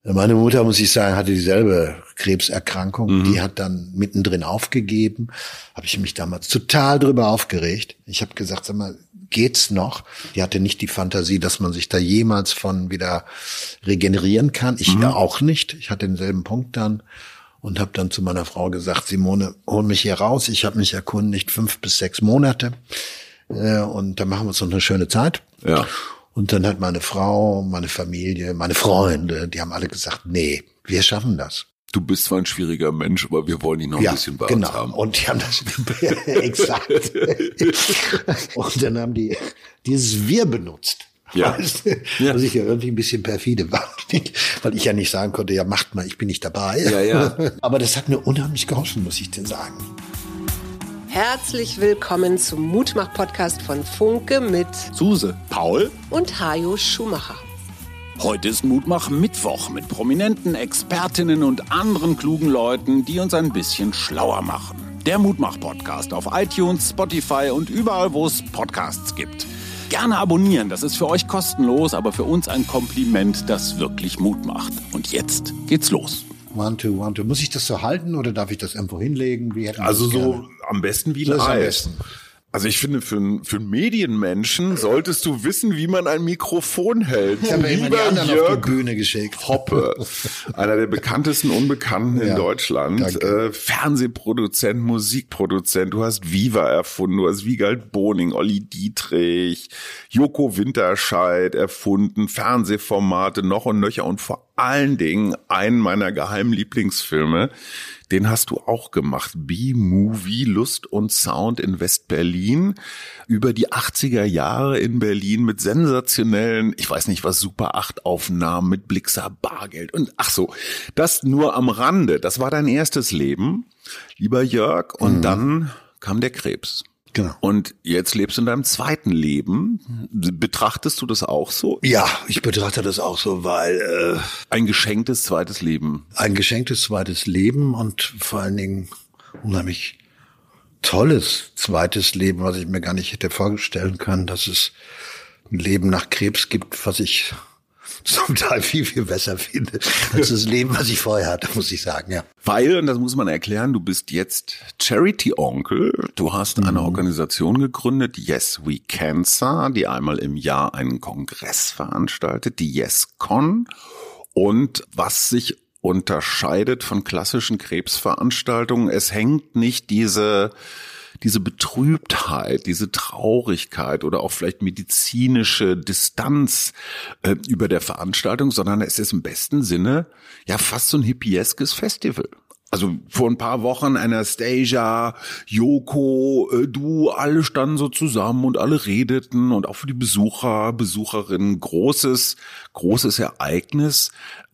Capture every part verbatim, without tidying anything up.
Meine Mutter, muss ich sagen, hatte dieselbe Krebserkrankung. Mhm. Die hat dann mittendrin aufgegeben. Habe ich mich damals total drüber aufgeregt. Ich habe gesagt, sag mal, geht's noch? Die hatte nicht die Fantasie, dass man sich da jemals von wieder regenerieren kann. Ich mhm. auch nicht. Ich hatte denselben Punkt dann und habe dann zu meiner Frau gesagt, Simone, hol mich hier raus. Ich habe mich erkundigt, fünf bis sechs Monate. Äh, und dann machen wir uns noch eine schöne Zeit. Ja. Und dann hat meine Frau, meine Familie, meine Freunde, die haben alle gesagt, nee, wir schaffen das. Du bist zwar ein schwieriger Mensch, aber wir wollen dich noch ja, ein bisschen bei genau. uns haben. Und die haben das exakt. Und dann haben die dieses Wir benutzt. Ja. Weißt du? Ja. Was ich ja irgendwie ein bisschen perfide war, weil ich ja nicht sagen konnte, ja macht mal, ich bin nicht dabei. Ja, ja. Aber das hat mir unheimlich geholfen, muss ich dir sagen. Herzlich willkommen zum Mutmach-Podcast von Funke mit Suse, Paul und Hajo Schumacher. Heute ist Mutmach-Mittwoch mit prominenten Expertinnen und anderen klugen Leuten, die uns ein bisschen schlauer machen. Der Mutmach-Podcast auf iTunes, Spotify und überall, wo es Podcasts gibt. Gerne abonnieren, das ist für euch kostenlos, aber für uns ein Kompliment, das wirklich Mut macht. Und jetzt geht's los. One, two, one, two. Muss ich das so halten oder darf ich das irgendwo hinlegen? Wie hätten wir Also das so gerne? am besten wie So ist am live. besten. Also ich finde, für, einen- für einen Medienmenschen solltest du wissen, wie man ein Mikrofon hält. Ich habe ja immer die Lieber anderen auf Jörg die Bühne geschickt. Hoppe, einer der bekanntesten Unbekannten in Ja, Deutschland, danke. äh, Fernsehproduzent, Musikproduzent, du hast Viva erfunden, du hast Wiegald Boning, Olli Dietrich, Joko Winterscheid erfunden, Fernsehformate noch und nöcher und vor allen Dingen einen meiner geheimen Lieblingsfilme, den hast du auch gemacht, B-Movie, Lust und Sound in West-Berlin, über die achtziger Jahre in Berlin mit sensationellen, ich weiß nicht was, Super acht Aufnahmen mit Blixer Bargeld und ach so, das nur am Rande, das war dein erstes Leben, lieber Jörg, und mhm. dann kam der Krebs. Genau. Und jetzt lebst du in deinem zweiten Leben. Betrachtest du das auch so? Ja, ich betrachte das auch so, weil äh, Ein geschenktes zweites Leben. ein geschenktes zweites Leben und vor allen Dingen unheimlich tolles zweites Leben, was ich mir gar nicht hätte vorstellen können, dass es ein Leben nach Krebs gibt, was ich zum Teil viel, viel besser finde als das Leben, was ich vorher hatte, muss ich sagen, ja. Weil, und das muss man erklären, du bist jetzt Charity-Onkel. Du hast eine Organisation gegründet, Yes We Cancer, die einmal im Jahr einen Kongress veranstaltet, die YesCon. Und was sich unterscheidet von klassischen Krebsveranstaltungen, es hängt nicht diese diese Betrübtheit, diese Traurigkeit oder auch vielleicht medizinische Distanz äh, über der Veranstaltung, sondern es ist im besten Sinne ja fast so ein hippieskes Festival. Also vor ein paar Wochen Anastasia, Joko, äh, du, alle standen so zusammen und alle redeten und auch für die Besucher, Besucherinnen großes, großes Ereignis.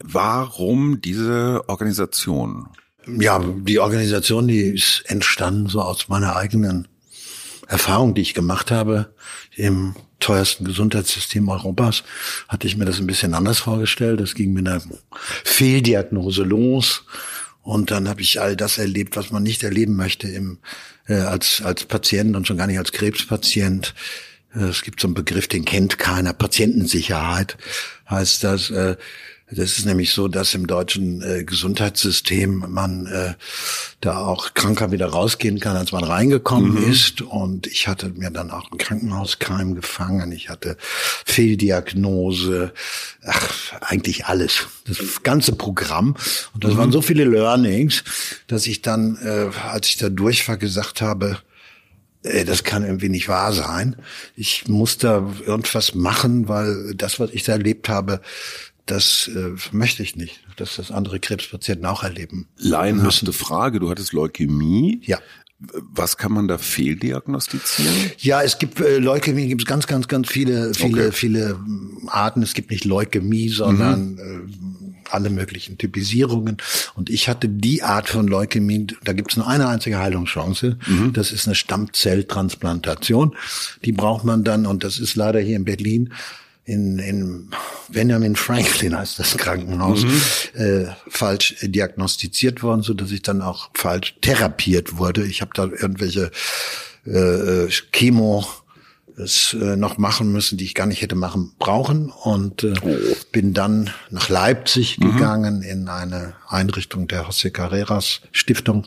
Warum diese Organisation? Ja, die Organisation, die ist entstanden so aus meiner eigenen Erfahrung, die ich gemacht habe. Im teuersten Gesundheitssystem Europas hatte ich mir das ein bisschen anders vorgestellt. Das ging mit einer Fehldiagnose los. Und dann habe ich all das erlebt, was man nicht erleben möchte im, äh, als, als Patient und schon gar nicht als Krebspatient. Äh, es gibt so einen Begriff, den kennt keiner. Patientensicherheit heißt das. Äh, Das ist nämlich so, dass im deutschen äh, Gesundheitssystem man äh, da auch kranker wieder rausgehen kann, als man reingekommen mhm. ist. Und ich hatte mir dann auch einen Krankenhauskeim gefangen. Ich hatte Fehldiagnose, ach, eigentlich alles. Das ganze Programm. Und das mhm. waren so viele Learnings, dass ich dann, äh, als ich da durch war, gesagt habe, ey, das kann irgendwie nicht wahr sein. Ich muss da irgendwas machen, weil das, was ich da erlebt habe, das äh, möchte ich nicht, dass das andere Krebspatienten auch erleben. Laienhafte Frage, du hattest Leukämie. Ja. Was kann man da fehldiagnostizieren? Ja, es gibt äh, Leukämie, gibt es ganz, ganz, ganz viele, viele, Okay. viele Arten. Es gibt nicht Leukämie, sondern mhm. äh, alle möglichen Typisierungen. Und ich hatte die Art von Leukämie, da gibt es nur eine einzige Heilungschance. Mhm. Das ist eine Stammzelltransplantation. Die braucht man dann, und das ist leider hier in Berlin, in, in Benjamin Franklin heißt das Krankenhaus, mhm. äh, falsch diagnostiziert worden, so dass ich dann auch falsch therapiert wurde. Ich habe da irgendwelche äh, Chemo es äh, noch machen müssen, die ich gar nicht hätte machen brauchen. Und äh, oh. bin dann nach Leipzig mhm. gegangen in eine Einrichtung der José Carreras Stiftung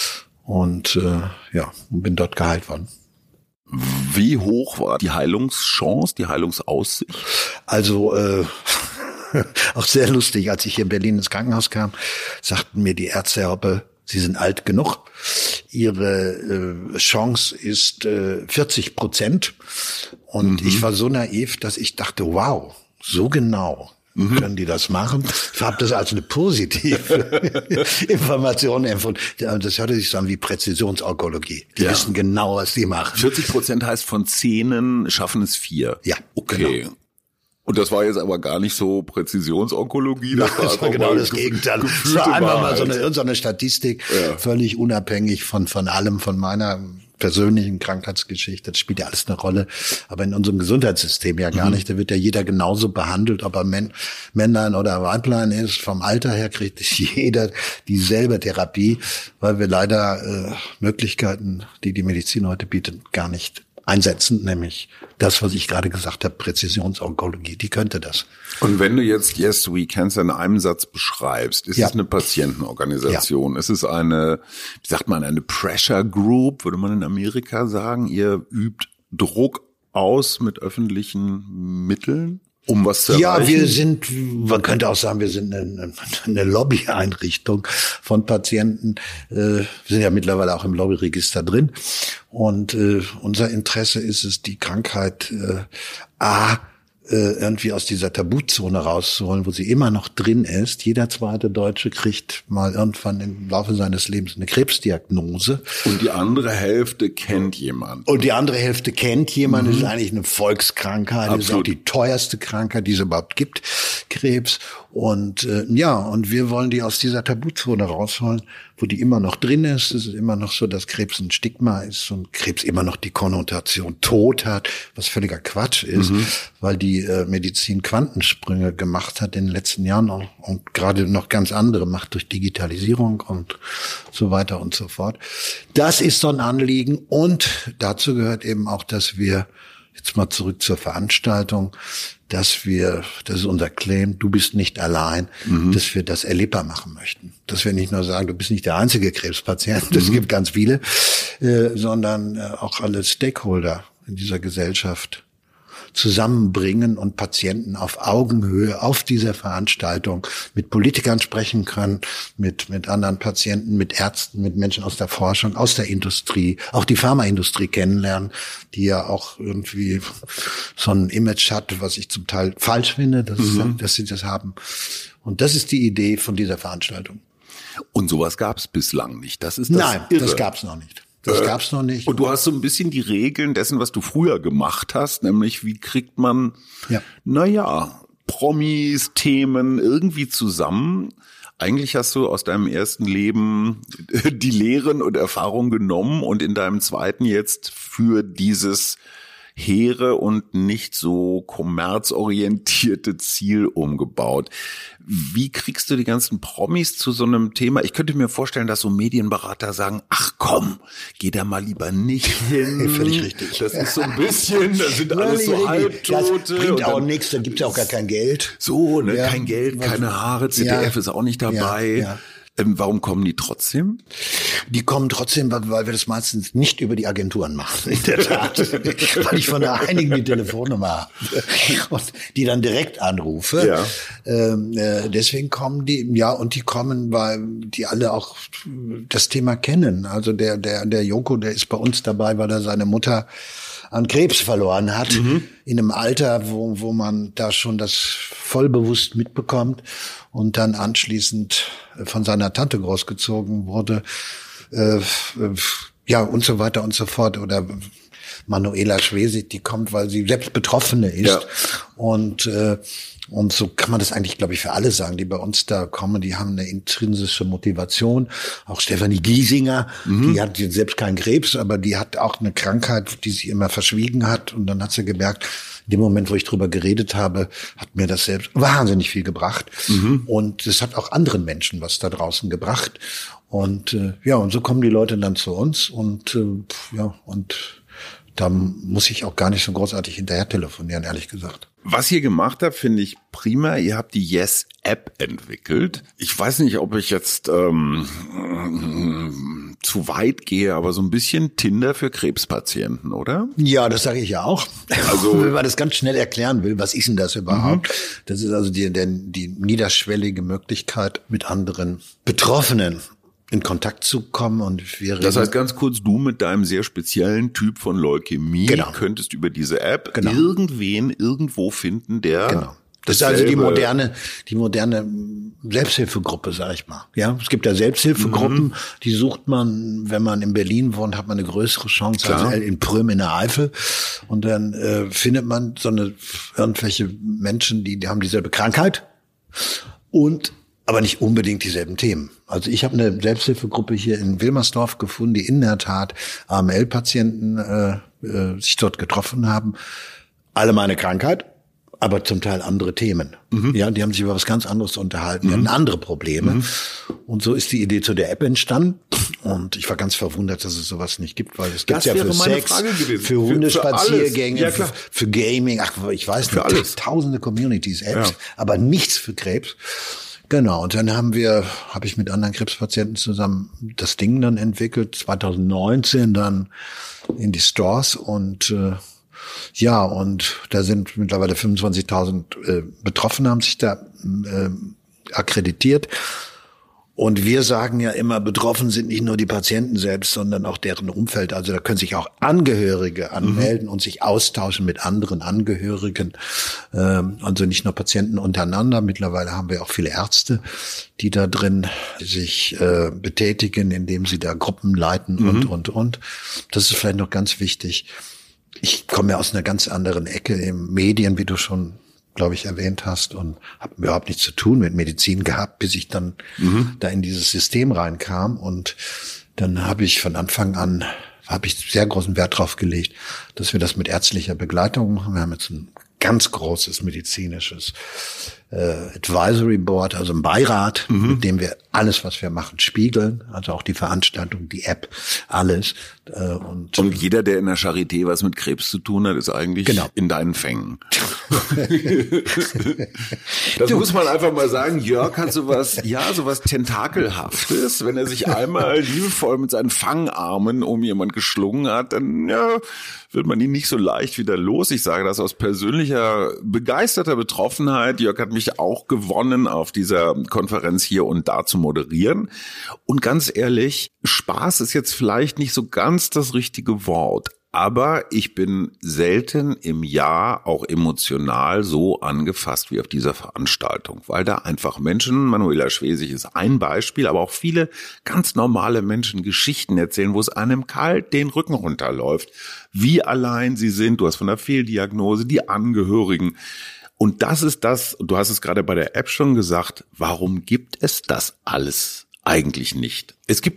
und äh, ja, bin dort geheilt worden. Wie hoch war die Heilungschance, die Heilungsaussicht? Also äh, auch sehr lustig, als ich hier in Berlin ins Krankenhaus kam, sagten mir die Ärzte, Herr Hoppe, Sie sind alt genug. Ihre äh, Chance ist äh, vierzig Prozent. Und mhm. ich war so naiv, dass ich dachte, wow, so genau mhm. können die das machen. Ich habe das als eine positive Information empfunden. Das hörte sich so an wie Präzisionsonkologie. Die ja. wissen genau, was die machen. vierzig Prozent heißt, von zehnen schaffen es vier. Ja, okay. Genau. Und das war jetzt aber gar nicht so Präzisionsonkologie. Das, das war, war genau das Gegenteil. Es war einfach mal so eine, so eine Statistik, ja. völlig unabhängig von von allem, von meiner persönlichen Krankheitsgeschichte. Das spielt ja alles eine Rolle. Aber in unserem Gesundheitssystem ja gar mhm. nicht. Da wird ja jeder genauso behandelt, ob er Männ, Männlein oder Weiblein ist. Vom Alter her kriegt jeder dieselbe Therapie, weil wir leider äh, Möglichkeiten, die die Medizin heute bietet, gar nicht einsetzen, nämlich das, was ich gerade gesagt habe, Präzisionsonkologie, die könnte das. Und wenn du jetzt Yes We Cancer in einem Satz beschreibst, ist ja. es eine Patientenorganisation? Ja. Ist es eine, wie sagt man, eine Pressure Group, würde man in Amerika sagen? Ihr übt Druck aus mit öffentlichen Mitteln? Um was zu erreichen? Ja, wir sind, man könnte auch sagen, wir sind eine, eine Lobbyeinrichtung von Patienten. Wir sind ja mittlerweile auch im Lobbyregister drin. Und äh, unser Interesse ist es, die Krankheit äh, A, äh, irgendwie aus dieser Tabuzone rauszuholen, wo sie immer noch drin ist. Jeder zweite Deutsche kriegt mal irgendwann im Laufe seines Lebens eine Krebsdiagnose. Und die andere Hälfte kennt jemand. Und die andere Hälfte kennt jemand. Mhm. Das ist eigentlich eine Volkskrankheit. Absolut. Das ist auch die teuerste Krankheit, die es überhaupt gibt, Krebs. Und äh, ja, und wir wollen die aus dieser Tabuzone rausholen, wo die immer noch drin ist. Es ist immer noch so, dass Krebs ein Stigma ist und Krebs immer noch die Konnotation Tod hat, was völliger Quatsch ist, mhm. weil die äh, Medizin Quantensprünge gemacht hat in den letzten Jahren und, und gerade noch ganz andere macht durch Digitalisierung und so weiter und so fort. Das ist so ein Anliegen und dazu gehört eben auch, dass wir, jetzt mal zurück zur Veranstaltung, dass wir, das ist unser Claim, du bist nicht allein, mhm. dass wir das erlebbar machen möchten. Dass wir nicht nur sagen, du bist nicht der einzige Krebspatient, es mhm. gibt ganz viele, äh, sondern äh, auch alle Stakeholder in dieser Gesellschaft zusammenbringen und Patienten auf Augenhöhe auf dieser Veranstaltung mit Politikern sprechen können, mit mit anderen Patienten, mit Ärzten, mit Menschen aus der Forschung, aus der Industrie, auch die Pharmaindustrie kennenlernen, die ja auch irgendwie so ein Image hat, was ich zum Teil falsch finde, dass, mhm. dass sie das haben. Und das ist die Idee von dieser Veranstaltung. Und sowas gab es bislang nicht. Das ist das Nein, Irre. Das gab es noch nicht. Das äh, gab's noch nicht. Und du hast so ein bisschen die Regeln dessen, was du früher gemacht hast, nämlich wie kriegt man, ja. naja, Promis, Themen irgendwie zusammen. Eigentlich hast du aus deinem ersten Leben die Lehren und Erfahrungen genommen und in deinem zweiten jetzt für dieses hehre und nicht so kommerzorientierte Ziel umgebaut. Wie kriegst du die ganzen Promis zu so einem Thema? Ich könnte mir vorstellen, dass so Medienberater sagen, ach komm, geh da mal lieber nicht hin. Völlig richtig. Das ist so ein bisschen, das sind alles so Halbtote. Das bringt auch nichts, da gibt's ja auch gar kein Geld. So, ne, ja. kein Geld, keine Haare, Z D F ja. ist auch nicht dabei. Ja, ja. Ähm, warum kommen die trotzdem? Die kommen trotzdem, weil wir das meistens nicht über die Agenturen machen, in der Tat. Weil ich von einigen die Telefonnummer habe und die dann direkt anrufe. Ja. Ähm, äh, deswegen kommen die, ja, und die kommen, weil die alle auch das Thema kennen. Also der, der, der Joko, der ist bei uns dabei, weil er seine Mutter an Krebs verloren hat, mhm. in einem Alter, wo, wo man da schon das vollbewusst mitbekommt und dann anschließend von seiner Tante großgezogen wurde, äh, ja, und so weiter und so fort. Oder Manuela Schwesig, die kommt, weil sie selbst Betroffene ist. Ja. Und äh, und so kann man das eigentlich, glaube ich, für alle sagen, die bei uns da kommen. Die haben eine intrinsische Motivation. Auch Stefanie Giesinger, mhm. die hat selbst keinen Krebs, aber die hat auch eine Krankheit, die sie immer verschwiegen hat. Und dann hat sie gemerkt, in dem Moment, wo ich drüber geredet habe, hat mir das selbst wahnsinnig viel gebracht. Mhm. Und es hat auch anderen Menschen was da draußen gebracht. Und äh, ja, und so kommen die Leute dann zu uns. Und äh, ja, und da muss ich auch gar nicht so großartig hinterher telefonieren, ehrlich gesagt. Was ihr gemacht habt, finde ich prima. Ihr habt die Yes-App entwickelt. Ich weiß nicht, ob ich jetzt ähm, zu weit gehe, aber so ein bisschen Tinder für Krebspatienten, oder? Ja, das sage ich ja auch. Also, wenn man das ganz schnell erklären will, was ist denn das überhaupt? Mhm. Das ist also die, die, die niederschwellige Möglichkeit, mit anderen Betroffenen in Kontakt zu kommen. Und wir das heißt ganz kurz, du mit deinem sehr speziellen Typ von Leukämie genau. könntest über diese App genau. irgendwen irgendwo finden, der genau. Das ist also die moderne, die moderne Selbsthilfegruppe, sag ich mal. Ja, es gibt ja Selbsthilfegruppen, mhm. die sucht man, wenn man in Berlin wohnt, hat man eine größere Chance Klar. als in Prüm in der Eifel. Und dann äh, findet man so eine irgendwelche Menschen, die, die haben dieselbe Krankheit und aber nicht unbedingt dieselben Themen. Also ich habe eine Selbsthilfegruppe hier in Wilmersdorf gefunden, die in der Tat A M L-Patienten äh, äh, sich dort getroffen haben. Alle meine Krankheit, aber zum Teil andere Themen. Mhm. Ja, die haben sich über was ganz anderes unterhalten, die mhm. hatten andere Probleme. Mhm. Und so ist die Idee zu der App entstanden. Und ich war ganz verwundert, dass es sowas nicht gibt, weil es gibt ja für Sex, für Hundespaziergänge, ja, für, für Gaming, ach, ich weiß nicht, alles. Tausende Communities, Apps, ja. aber nichts für Krebs. Genau, und dann haben wir, habe ich mit anderen Krebspatienten zusammen das Ding dann entwickelt, zwanzig neunzehn dann in die Stores und äh, ja, und da sind mittlerweile fünfundzwanzigtausend äh, Betroffene, haben sich da äh, akkreditiert. Und wir sagen ja immer, betroffen sind nicht nur die Patienten selbst, sondern auch deren Umfeld. Also da können sich auch Angehörige anmelden mhm. und sich austauschen mit anderen Angehörigen. Ähm, also nicht nur Patienten untereinander. Mittlerweile haben wir auch viele Ärzte, die da drin sich äh, betätigen, indem sie da Gruppen leiten mhm. und, und, und. Das ist vielleicht noch ganz wichtig. Ich komme ja aus einer ganz anderen Ecke im Medien, wie du schon glaube ich, erwähnt hast und habe überhaupt nichts zu tun mit Medizin gehabt, bis ich dann mhm. da in dieses System reinkam. Und dann habe ich von Anfang an, habe ich sehr großen Wert drauf gelegt, dass wir das mit ärztlicher Begleitung machen. Wir haben jetzt ein ganz großes medizinisches äh, Advisory Board, also ein Beirat, mhm. mit dem wir alles, was wir machen, spiegeln. Also auch die Veranstaltung, die App, alles. Äh, und, und jeder, der in der Charité was mit Krebs zu tun hat, ist eigentlich genau. in deinen Fängen. Das du. muss man einfach mal sagen. Jörg hat sowas, ja, sowas Tentakelhaftes. Wenn er sich einmal liebevoll mit seinen Fangarmen um jemand geschlungen hat, dann ja, wird man ihn nicht so leicht wieder los. Ich sage das aus persönlicher, begeisterter Betroffenheit. Jörg hat mich auch gewonnen, auf dieser Konferenz hier und da zu moderieren. Und ganz ehrlich, Spaß ist jetzt vielleicht nicht so ganz das richtige Wort. Aber ich bin selten im Jahr auch emotional so angefasst wie auf dieser Veranstaltung, weil da einfach Menschen, Manuela Schwesig ist ein Beispiel, aber auch viele ganz normale Menschen Geschichten erzählen, wo es einem kalt den Rücken runterläuft, wie allein sie sind. Du hast von der Fehldiagnose, die Angehörigen. Und das ist das, du hast es gerade bei der App schon gesagt, warum gibt es das alles eigentlich nicht? Es gibt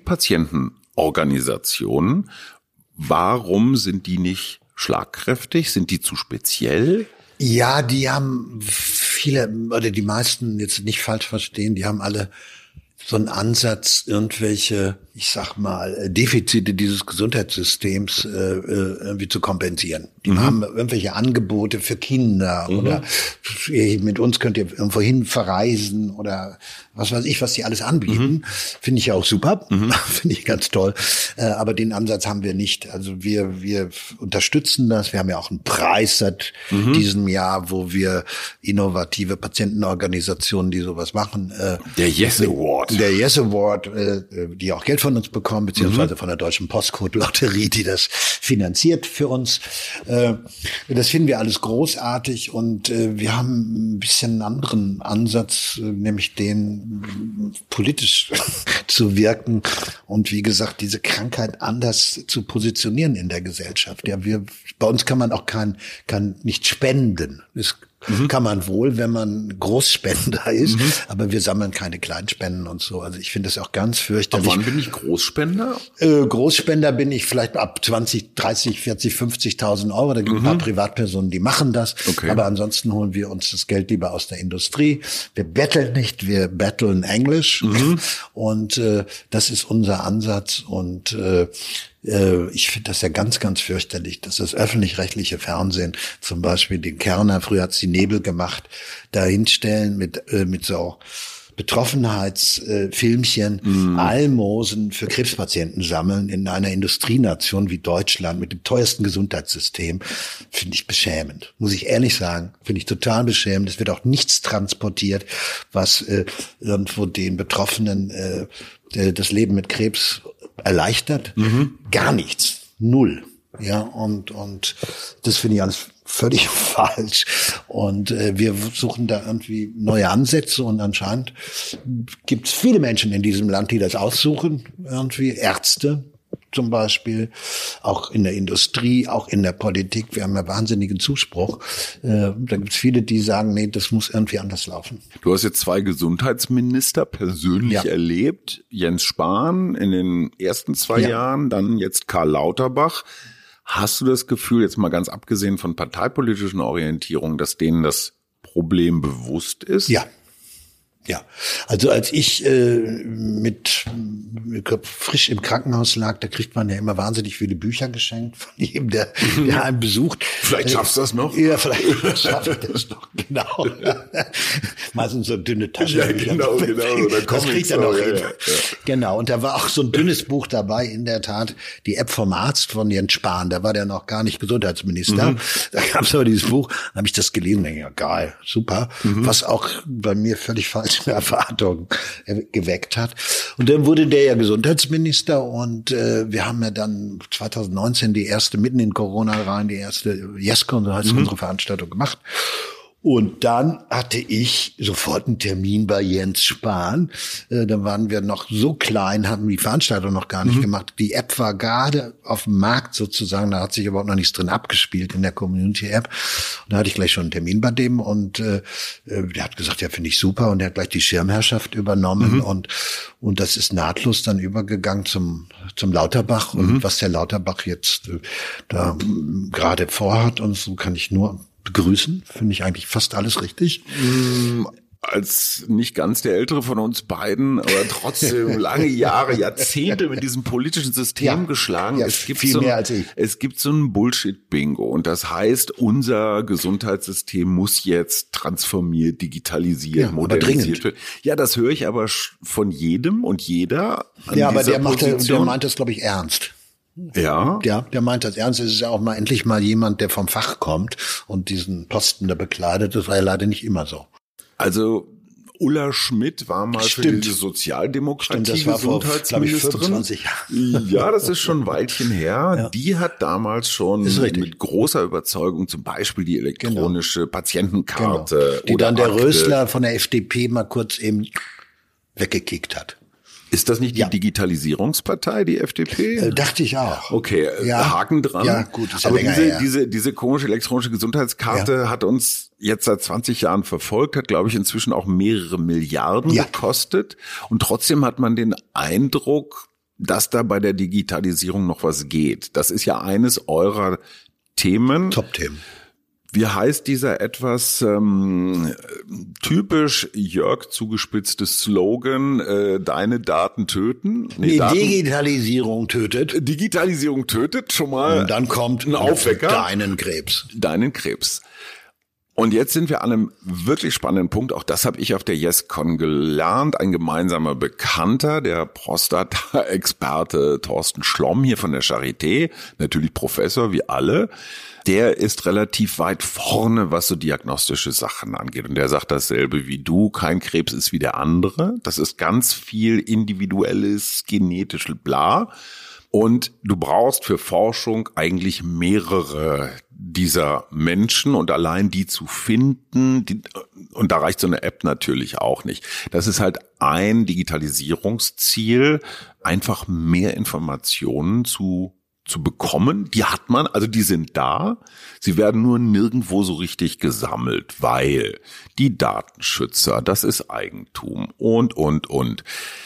Patientenorganisationen. Warum sind die nicht schlagkräftig? Sind die zu speziell? Ja, die haben viele, oder die meisten, jetzt nicht falsch verstehen, die haben alle so einen Ansatz, irgendwelche, ich sag mal, Defizite dieses Gesundheitssystems äh, irgendwie zu kompensieren. Die mhm. haben irgendwelche Angebote für Kinder mhm. oder mit uns könnt ihr irgendwo hin verreisen oder was weiß ich, was die alles anbieten. Mhm. Finde ich ja auch super, mhm. finde ich ganz toll. Äh, aber den Ansatz haben wir nicht. Also wir wir unterstützen das. Wir haben ja auch einen Preis seit mhm. diesem Jahr, wo wir innovative Patientenorganisationen, die sowas machen. Äh, der Yes Award. Der Yes Award, äh, die auch Geld von uns bekommen, beziehungsweise mhm. von der Deutschen Postcode-Lotterie, die das finanziert für uns. Äh, das finden wir alles großartig und äh, wir haben ein bisschen einen anderen Ansatz, äh, nämlich den politisch zu wirken und wie gesagt, diese Krankheit anders zu positionieren in der Gesellschaft. Ja, wir, bei uns kann man auch kein, kann nicht spenden. Es Mhm. kann man wohl, wenn man Großspender ist, mhm. aber wir sammeln keine Kleinspenden und so. Also ich finde das auch ganz fürchterlich. Ab wann bin ich Großspender? Äh, Großspender bin ich vielleicht ab zwanzig, dreißig, vierzig, fünfzigtausend Euro. Da gibt es mhm. ein paar Privatpersonen, die machen das. Okay. Aber ansonsten holen wir uns das Geld lieber aus der Industrie. Wir betteln nicht, wir battlen Englisch. Mhm. Und äh, das ist unser Ansatz. Und äh, äh, ich finde das ja ganz, ganz fürchterlich, dass das öffentlich-rechtliche Fernsehen zum Beispiel den Kerner, früher hat's die Nebel gemacht, da hinstellen mit, äh, mit so Betroffenheitsfilmchen, äh, mm. Almosen für Krebspatienten sammeln in einer Industrienation wie Deutschland mit dem teuersten Gesundheitssystem, finde ich beschämend. Muss ich ehrlich sagen, finde ich total beschämend. Es wird auch nichts transportiert, was äh, irgendwo den Betroffenen äh, das Leben mit Krebs erleichtert. Mhm. Gar nichts. Null. Ja, und, und das finde ich alles völlig falsch. Und äh, wir suchen da irgendwie neue Ansätze und anscheinend gibt es viele Menschen in diesem Land, die das aussuchen. Irgendwie Ärzte zum Beispiel, auch in der Industrie, auch in der Politik. Wir haben ja wahnsinnigen Zuspruch. Äh, da gibt es viele, die sagen, nee, das muss irgendwie anders laufen. Du hast jetzt zwei Gesundheitsminister persönlich ja. erlebt. Jens Spahn in den ersten zwei ja. Jahren, dann jetzt Karl Lauterbach. Hast du das Gefühl, jetzt mal ganz abgesehen von parteipolitischen Orientierungen, dass denen das Problem bewusst ist? Ja. Ja, also als ich äh, mit ich glaub, frisch im Krankenhaus lag, da kriegt man ja immer wahnsinnig viele Bücher geschenkt von jedem, der, der einen besucht. Vielleicht schaffst du das noch? Ja, vielleicht schaffe ich das noch, genau. Meistens so dünne Taschen. Ja, genau, genau. Das, das kriegt er noch ja, hin. Ja, ja. Genau, und da war auch so ein dünnes Buch dabei, in der Tat, die App vom Arzt von Jens Spahn, da war der noch gar nicht Gesundheitsminister. Mhm. Da gab es aber dieses Buch, dann habe ich das gelesen und denke, ja geil, super, mhm. was auch bei mir völlig falsch Erwartungen geweckt hat. Und dann wurde der ja Gesundheitsminister und äh, wir haben ja dann zwanzig neunzehn die erste, mitten in Corona rein, die erste YesCon, so heißt mhm. unsere Veranstaltung, gemacht. Und dann hatte ich sofort einen Termin bei Jens Spahn. Äh, da waren wir noch so klein, haben die Veranstaltung noch gar nicht mhm. gemacht. Die App war gerade auf dem Markt sozusagen, da hat sich überhaupt noch nichts drin abgespielt in der Community-App. Und da hatte ich gleich schon einen Termin bei dem und äh, der hat gesagt, ja, finde ich super. Und der hat gleich die Schirmherrschaft übernommen mhm. und und das ist nahtlos dann übergegangen zum zum Lauterbach. Mhm. Und was der Lauterbach jetzt äh, da äh, gerade vorhat, und so kann ich nur begrüßen, finde ich eigentlich fast alles richtig. Als nicht ganz der Ältere von uns beiden, aber trotzdem lange Jahre, Jahrzehnte mit diesem politischen System ja, geschlagen. Ja, es gibt viel so mehr ein, als ich. Es gibt so ein Bullshit-Bingo und das heißt, unser Gesundheitssystem muss jetzt transformiert, digitalisiert, ja, modernisiert werden. Ja, das höre ich aber von jedem und jeder an Ja, aber der, macht, der, Position. der meint das, glaube ich, ernst. Ja. Ja, der meint das ernst. Es ist ja auch mal endlich mal jemand, der vom Fach kommt und diesen Posten da bekleidet. Das war ja leider nicht immer so. Also Ulla Schmidt war mal Stimmt. für die Sozialdemokratie Stimmt, das war vor, Gesundheitsministerin. fünfundzwanzig Jahren. Ja, das ist schon ein Weilchen her. Ja. Die hat damals schon mit großer Überzeugung zum Beispiel die elektronische genau. Patientenkarte genau. Die oder dann der Akte. Rösler von der F D P mal kurz eben weggekickt hat. Ist das nicht die ja. Digitalisierungspartei, die F D P? Äh, dachte ich auch. Okay, ja. Haken dran. Ja, gut, ist ja Aber länger diese, her. diese, diese komische elektronische Gesundheitskarte ja. hat uns jetzt seit zwanzig Jahren verfolgt, hat, glaube ich, inzwischen auch mehrere Milliarden ja. gekostet. Und trotzdem hat man den Eindruck, dass da bei der Digitalisierung noch was geht. Das ist ja eines eurer Themen. Top-Themen. Wie heißt dieser etwas ähm, typisch Jörg zugespitzte Slogan, äh, deine Daten töten? Nee, Die Daten, Digitalisierung tötet. Digitalisierung tötet, schon mal. Und dann kommt ein Aufwecker. Deinen Krebs. Deinen Krebs. Und jetzt sind wir an einem wirklich spannenden Punkt. Auch das habe ich auf der YesCon gelernt. Ein gemeinsamer Bekannter, der Prostata-Experte Thorsten Schlomm hier von der Charité, natürlich Professor wie alle, der ist relativ weit vorne, was so diagnostische Sachen angeht. Und der sagt dasselbe wie du, kein Krebs ist wie der andere. Das ist ganz viel individuelles, genetisches Bla. Und du brauchst für Forschung eigentlich mehrere dieser Menschen und allein die zu finden, die, und da reicht so eine App natürlich auch nicht. Das ist halt ein Digitalisierungsziel, einfach mehr Informationen zu zu bekommen. Die hat man, also die sind da. Sie werden nur nirgendwo so richtig gesammelt, weil die Datenschützer, das ist Eigentum und, und, und.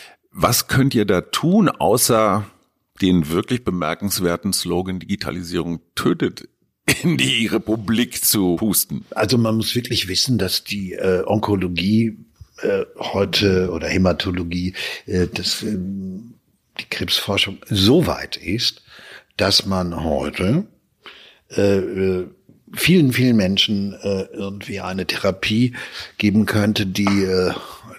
Was könnt ihr da tun, außer den wirklich bemerkenswerten Slogan Digitalisierung tötet in die Republik zu pusten? Also man muss wirklich wissen, dass die äh, Onkologie äh, heute oder Hämatologie, äh, dass äh, die Krebsforschung so weit ist, dass man heute äh, vielen, vielen Menschen äh, irgendwie eine Therapie geben könnte, die äh,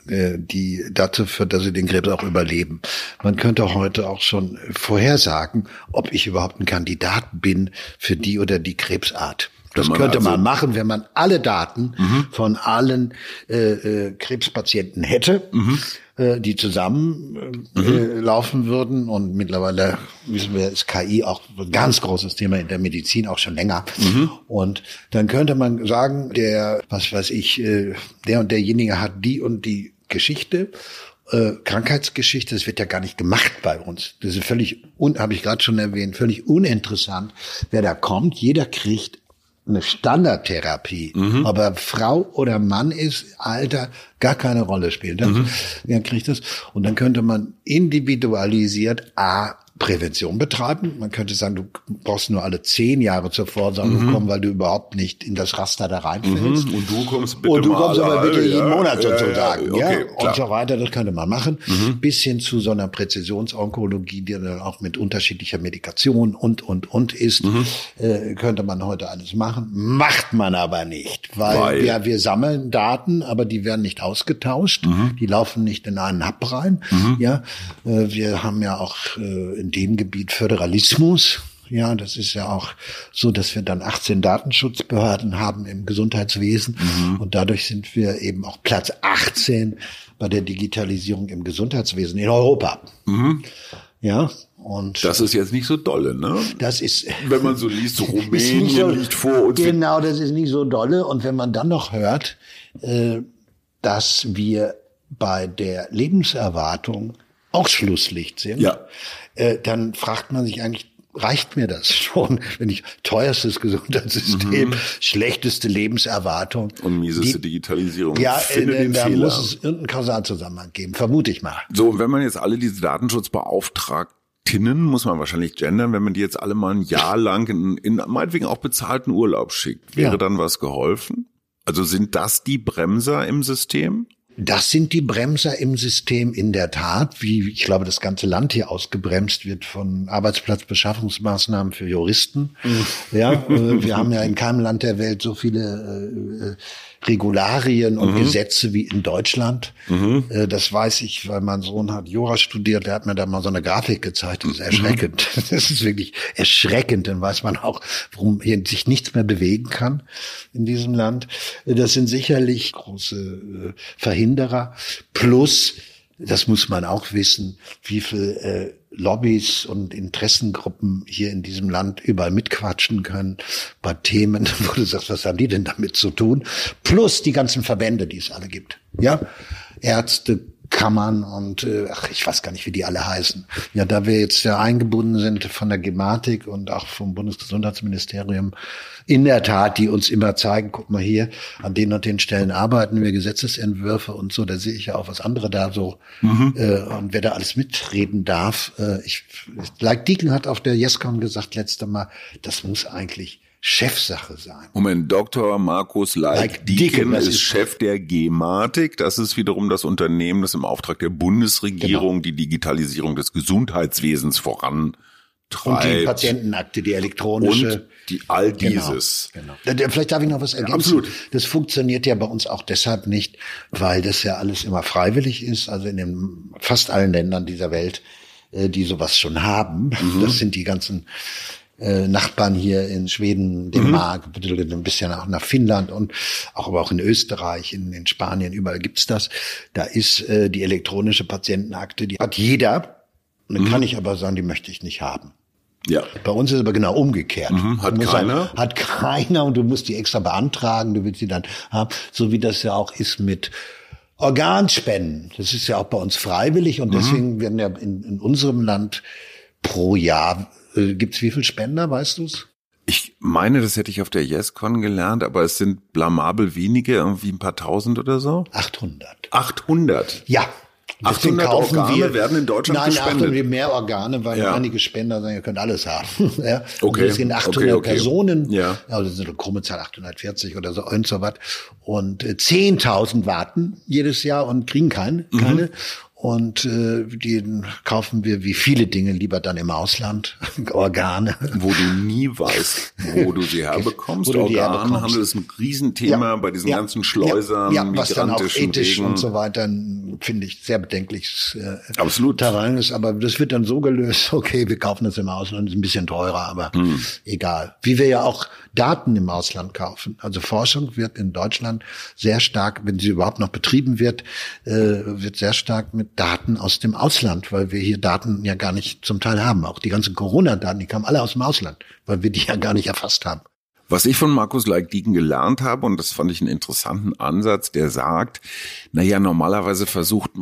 die dazu führt, dass sie den Krebs auch überleben. Man könnte heute auch schon vorhersagen, ob ich überhaupt ein Kandidat bin für die oder die Krebsart. Das man könnte also man machen, wenn man alle Daten mhm. von allen äh, äh, Krebspatienten hätte, mhm. äh, die zusammen äh, mhm. laufen würden. Und mittlerweile wissen wir, ist K I auch ein ganz großes Thema in der Medizin, auch schon länger. Mhm. Und dann könnte man sagen, der, was weiß ich, äh, der und derjenige hat die und die Geschichte. Äh, Krankheitsgeschichte, das wird ja gar nicht gemacht bei uns. Das ist völlig, un, habe ich gerade schon erwähnt, völlig uninteressant, wer da kommt. Jeder kriegt eine Standardtherapie, mhm. aber Frau oder Mann ist, Alter, gar keine Rolle spielt. Dann, mhm. dann kriegt das. Und dann könnte man individualisiert A, Prävention betreiben. Man könnte sagen, du brauchst nur alle zehn Jahre zur Vorsorge mhm. kommen, weil du überhaupt nicht in das Raster da reinfällst. Mhm. Und du kommst bitte Und du kommst mal aber bitte jeden ja, Monat ja, sozusagen. Ja, okay, ja, und so weiter. Das könnte man machen. Mhm. Bis hin zu so einer Präzisionsonkologie, die dann auch mit unterschiedlicher Medikation und, und, und ist, mhm. äh, könnte man heute alles machen. Macht man aber nicht, weil, weil. Ja, wir sammeln Daten, aber die werden nicht ausgetauscht. Mhm. Die laufen nicht in einen Hub rein. Mhm. Ja, äh, wir haben ja auch äh, in dem Gebiet Föderalismus. Ja, das ist ja auch so, dass wir dann achtzehn Datenschutzbehörden haben im Gesundheitswesen. Mhm. Und dadurch sind wir eben auch Platz achtzehn bei der Digitalisierung im Gesundheitswesen in Europa. Mhm. Ja, und das ist jetzt nicht so dolle, ne? Das ist, wenn man so liest, so Rumänien so, liegt vor uns. Genau, das ist nicht so dolle. Und wenn man dann noch hört, äh, dass wir bei der Lebenserwartung auch Schlusslicht sind, ja. äh, dann fragt man sich eigentlich, reicht mir das schon, wenn ich teuerstes Gesundheitssystem, mhm. schlechteste Lebenserwartung und mieseste die, Digitalisierung. Ja, äh, da Fehler. Muss es irgendeinen Kausalzusammenhang geben, vermute ich mal. So, und wenn man jetzt alle diese Datenschutzbeauftragtinnen, muss man wahrscheinlich gendern, wenn man die jetzt alle mal ein Jahr lang in, in meinetwegen auch bezahlten Urlaub schickt, wäre ja. dann was geholfen? Also sind das die Bremser im System? Das sind die Bremser im System in der Tat, wie ich glaube, das ganze Land hier ausgebremst wird von Arbeitsplatzbeschaffungsmaßnahmen für Juristen. Mhm. Ja, äh, wir haben ja in keinem Land der Welt so viele äh, Regularien und mhm. Gesetze wie in Deutschland. Mhm. Äh, das weiß ich, weil mein Sohn hat Jura studiert, der hat mir da mal so eine Grafik gezeigt, das ist erschreckend. Mhm. Das ist wirklich erschreckend, dann weiß man auch, warum hier sich nichts mehr bewegen kann in diesem Land. Das sind sicherlich große äh, Verhinderer, plus, das muss man auch wissen, wie viel äh, Lobbys und Interessengruppen hier in diesem Land überall mitquatschen können bei Themen, wo du sagst, was haben die denn damit zu tun? Plus die ganzen Verbände, die es alle gibt. Ja, Ärzte, Kammern und äh, ach, ich weiß gar nicht, wie die alle heißen. Ja, da wir jetzt ja eingebunden sind von der Gematik und auch vom Bundesgesundheitsministerium, in der Tat, die uns immer zeigen, guck mal hier, an den und den Stellen arbeiten wir, Gesetzesentwürfe und so, da sehe ich ja auch, was andere da so, mhm. äh, und wer da alles mitreden darf. Äh, ich, Like Deacon hat auf der YesCon gesagt, letzte Mal, das muss eigentlich Chefsache sein. Moment, Doktor Markus Like Deacon ist, ist Chef der Gematik. Das ist wiederum das Unternehmen, das im Auftrag der Bundesregierung genau. die Digitalisierung des Gesundheitswesens vorantreibt. Und die Patientenakte, die elektronische. Und die, all dieses. Genau, genau. Vielleicht darf ich noch was ergänzen. Ja, absolut. Das funktioniert ja bei uns auch deshalb nicht, weil das ja alles immer freiwillig ist. Also in den fast allen Ländern dieser Welt, die sowas schon haben. Mhm. Das sind die ganzen Äh, Nachbarn hier in Schweden, Dänemark, mhm. ein bisschen auch nach Finnland und auch aber auch in Österreich, in, in Spanien, überall gibt's das. Da ist äh, die elektronische Patientenakte, die hat jeder. Und dann mhm. kann ich aber sagen, die möchte ich nicht haben. Ja. Bei uns ist es aber genau umgekehrt. Mhm, hat keiner? Sagen, hat keiner und du musst die extra beantragen, du willst sie dann haben. So wie das ja auch ist mit Organspenden. Das ist ja auch bei uns freiwillig und mhm. deswegen werden ja in, in unserem Land pro Jahr äh, gibt's wie viel Spender, weißt du's? Ich meine, das hätte ich auf der YesCon gelernt, aber es sind blamabel wenige, irgendwie ein paar tausend oder so? achthundert. achthundert? Ja. achthundert Organe wir, werden in Deutschland nein, gespendet. Nein, achthundert mehr Organe, weil ja. einige Spender sagen, ihr könnt alles haben. ja. Okay. Es sind achthundert okay, okay. Personen, ja. also das ist eine krumme Zahl, achthundertvierzig oder so und so was. Und äh, zehntausend warten jedes Jahr und kriegen keine. Mhm. keine. Und äh, die kaufen wir wie viele Dinge lieber dann im Ausland, Organe. Wo du nie weißt, wo du sie herbekommst. Wo du die Organhandel herbekommst. ist ein Riesenthema Ja, bei diesen ja, ganzen Schleusern, ja, ja, was dann auch migrantischen ethisch Wegen. und so weiter, finde ich, sehr bedenkliches äh, Absolut. Terrain ist. Aber das wird dann so gelöst, okay, wir kaufen das im Ausland, ist ein bisschen teurer, aber hm. egal. Wie wir ja auch Daten im Ausland kaufen. Also Forschung wird in Deutschland sehr stark, wenn sie überhaupt noch betrieben wird, äh, wird sehr stark mit Daten aus dem Ausland, weil wir hier Daten ja gar nicht zum Teil haben. Auch die ganzen Corona-Daten, die kamen alle aus dem Ausland, weil wir die ja gar nicht erfasst haben. Was ich von Markus Laik-Dieken gelernt habe, und das fand ich einen interessanten Ansatz, der sagt, na ja, normalerweise versucht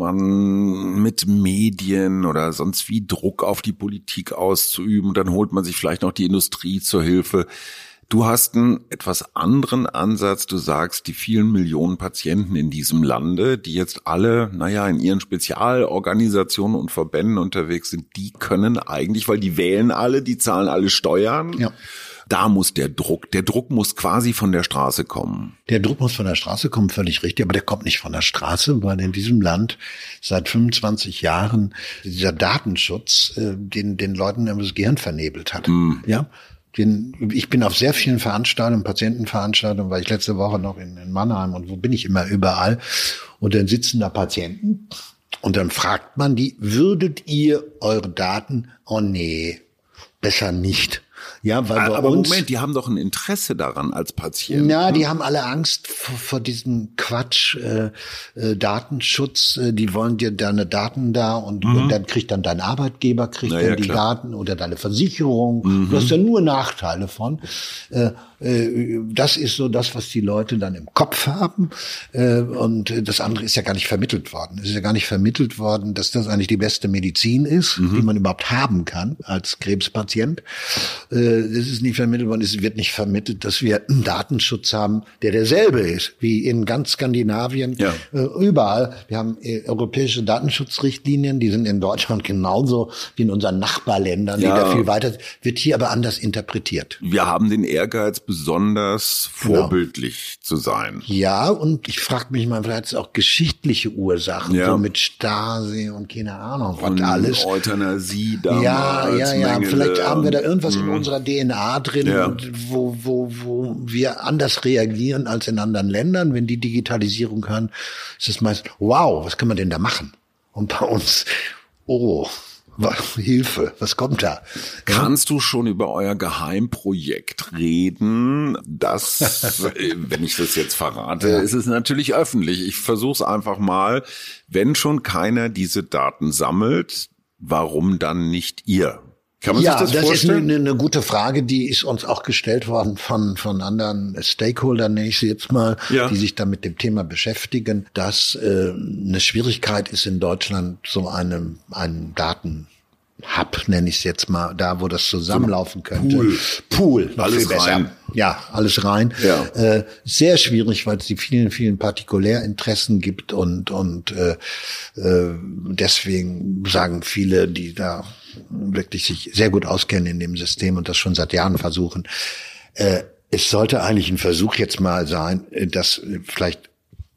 man mit Medien oder sonst wie Druck auf die Politik auszuüben und dann holt man sich vielleicht noch die Industrie zur Hilfe. Du hast einen etwas anderen Ansatz. Du sagst, die vielen Millionen Patienten in diesem Lande, die jetzt alle, naja, in ihren Spezialorganisationen und Verbänden unterwegs sind, die können eigentlich, weil die wählen alle, die zahlen alle Steuern. Ja. Da muss der Druck, der Druck muss quasi von der Straße kommen. Der Druck muss von der Straße kommen, völlig richtig, aber der kommt nicht von der Straße, weil in diesem Land seit fünfundzwanzig Jahren dieser Datenschutz äh, den den Leuten das Gehirn vernebelt hat. Mm. Ja. Den, ich bin auf sehr vielen Veranstaltungen, Patientenveranstaltungen, war ich letzte Woche noch in, in Mannheim und wo bin ich immer überall. Und dann sitzen da Patienten und dann fragt man die, würdet ihr eure Daten, oh nee, besser nicht. Ja, weil bei aber uns, Moment, die haben doch ein Interesse daran als Patient. Ja, die haben alle Angst vor, vor diesem Quatsch, äh, äh, Datenschutz. Äh, die wollen dir deine Daten da und, mhm. und dann kriegt dann dein Arbeitgeber kriegt Na dann ja, die klar. Daten oder deine Versicherung. Mhm. Du hast ja nur Nachteile von. Äh, äh, das ist so das, was die Leute dann im Kopf haben. Äh, und das andere ist ja gar nicht vermittelt worden. Es ist ja gar nicht vermittelt worden, dass das eigentlich die beste Medizin ist, mhm. die man überhaupt haben kann als Krebspatient. Äh, Es ist nicht vermittelt worden, es wird nicht vermittelt, dass wir einen Datenschutz haben, der derselbe ist, wie in ganz Skandinavien, ja. äh, überall. Wir haben äh, europäische Datenschutzrichtlinien, die sind in Deutschland genauso wie in unseren Nachbarländern, ja. die da viel weiter, wird hier aber anders interpretiert. Wir haben den Ehrgeiz, besonders vorbildlich genau. zu sein. Ja, und ich frage mich mal, vielleicht hat es auch geschichtliche Ursachen, ja. so mit Stasi und keine Ahnung, was und alles. Euthanasie damals. Ja, ja, ja, Mengele. vielleicht haben wir da irgendwas mhm. in unserer D N A drin, ja. wo, wo, wo wir anders reagieren als in anderen Ländern. Wenn die Digitalisierung hören, ist es meist, wow, was kann man denn da machen? Und bei uns, oh, was, Hilfe, was kommt da? Kannst du schon über euer Geheimprojekt reden? Das, wenn ich das jetzt verrate, ja. ist es natürlich öffentlich. Ich versuche es einfach mal. Wenn schon keiner diese Daten sammelt, warum dann nicht ihr? Kann man ja, sich das, das vorstellen? ist eine, eine gute Frage, die ist uns auch gestellt worden von von anderen Stakeholdern, nenne ich sie jetzt mal, ja. die sich da mit dem Thema beschäftigen, dass äh, eine Schwierigkeit ist in Deutschland so einem einen Daten Hub, nenne ich es jetzt mal, da wo das zusammenlaufen könnte. Pool. Pool, noch alles viel besser. Rein. Ja, alles rein. Ja. Äh, sehr schwierig, weil es die vielen, vielen Partikulärinteressen gibt und und äh, äh, deswegen sagen viele, die da wirklich sich sehr gut auskennen in dem System und das schon seit Jahren versuchen. Äh, es sollte eigentlich ein Versuch jetzt mal sein, dass vielleicht